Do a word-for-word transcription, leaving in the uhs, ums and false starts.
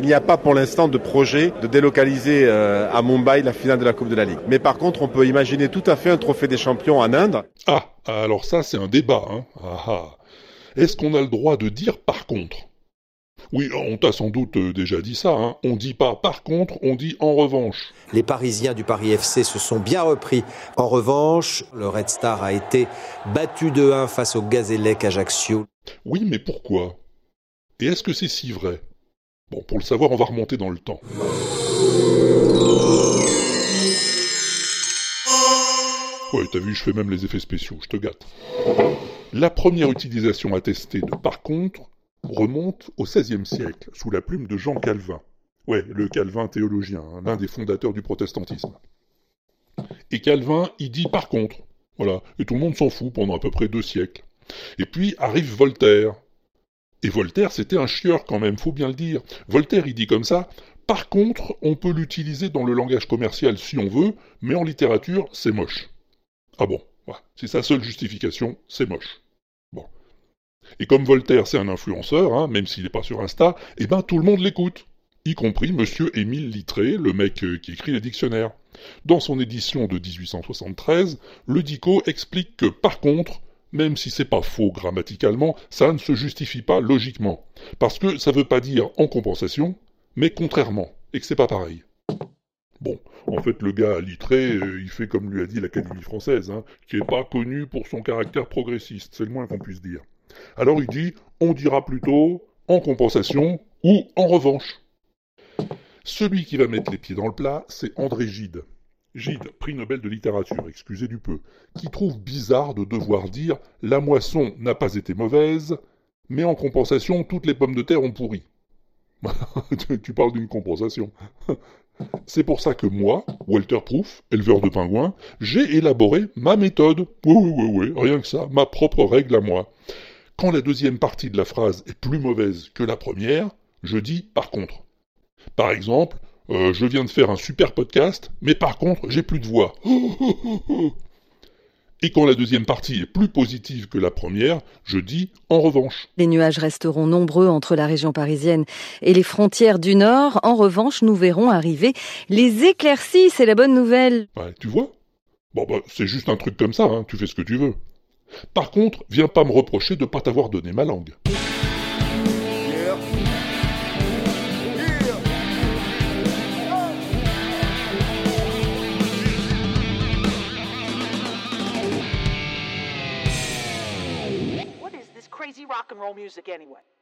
Il n'y a pas pour l'instant de projet de délocaliser euh, à Mumbai la finale de la Coupe de la Ligue. Mais par contre, on peut imaginer tout à fait un trophée des champions en Inde. Ah, alors ça c'est un débat, hein. Ah, ah. Est-ce qu'on a le droit de dire par contre ? Oui, on t'a sans doute déjà dit ça, hein. On dit pas par contre, on dit en revanche. Les Parisiens du Paris F C se sont bien repris. En revanche, le Red Star a été battu de un face au Gazélec Ajaccio. Oui, mais pourquoi ? Et est-ce que c'est si vrai ? Bon, pour le savoir, on va remonter dans le temps. Ouais, t'as vu, je fais même les effets spéciaux, je te gâte. La première utilisation attestée de par contre remonte au seizième siècle, sous la plume de Jean Calvin. Ouais, le Calvin théologien, hein, l'un des fondateurs du protestantisme. Et Calvin, il dit par contre. Voilà, et tout le monde s'en fout pendant à peu près deux siècles. Et puis arrive Voltaire. Et Voltaire, c'était un chieur quand même, faut bien le dire. Voltaire, il dit comme ça, par contre, on peut l'utiliser dans le langage commercial si on veut, mais en littérature, c'est moche. Ah bon, ouais, c'est sa seule justification, c'est moche. Bon. Et comme Voltaire, c'est un influenceur, hein, même s'il n'est pas sur Insta, eh ben tout le monde l'écoute. Y compris monsieur Émile Littré, le mec euh, qui écrit les dictionnaires. Dans son édition de dix-huit cent soixante-treize, le dico explique que, par contre, même si c'est pas faux grammaticalement, ça ne se justifie pas logiquement. Parce que ça veut pas dire en compensation, mais contrairement, et que c'est pas pareil. Bon, en fait, le gars Littré, euh, il fait comme lui a dit l'Académie française, hein, qui est pas connu pour son caractère progressiste, c'est le moins qu'on puisse dire. Alors il dit, on dira plutôt en compensation ou en revanche. Celui qui va mettre les pieds dans le plat, c'est André Gide. Gide, prix Nobel de littérature, excusez du peu, qui trouve bizarre de devoir dire « la moisson n'a pas été mauvaise, mais en compensation, toutes les pommes de terre ont pourri ». Tu parles d'une compensation. C'est pour ça que moi, Walter Proof, éleveur de pingouins, j'ai élaboré ma méthode. Oui, oui, oui, oui, rien que ça, ma propre règle à moi. Quand la deuxième partie de la phrase est plus mauvaise que la première, je dis par contre. Par exemple, euh, je viens de faire un super podcast, mais par contre, j'ai plus de voix. Et quand la deuxième partie est plus positive que la première, je dis en revanche. Les nuages resteront nombreux entre la région parisienne et les frontières du Nord. En revanche, nous verrons arriver les éclaircies, c'est la bonne nouvelle. Ouais, tu vois ? Bon, bah, c'est juste un truc comme ça, hein, tu fais ce que tu veux. Par contre, viens pas me reprocher de pas t'avoir donné ma langue. Crazy rock and roll music anyway.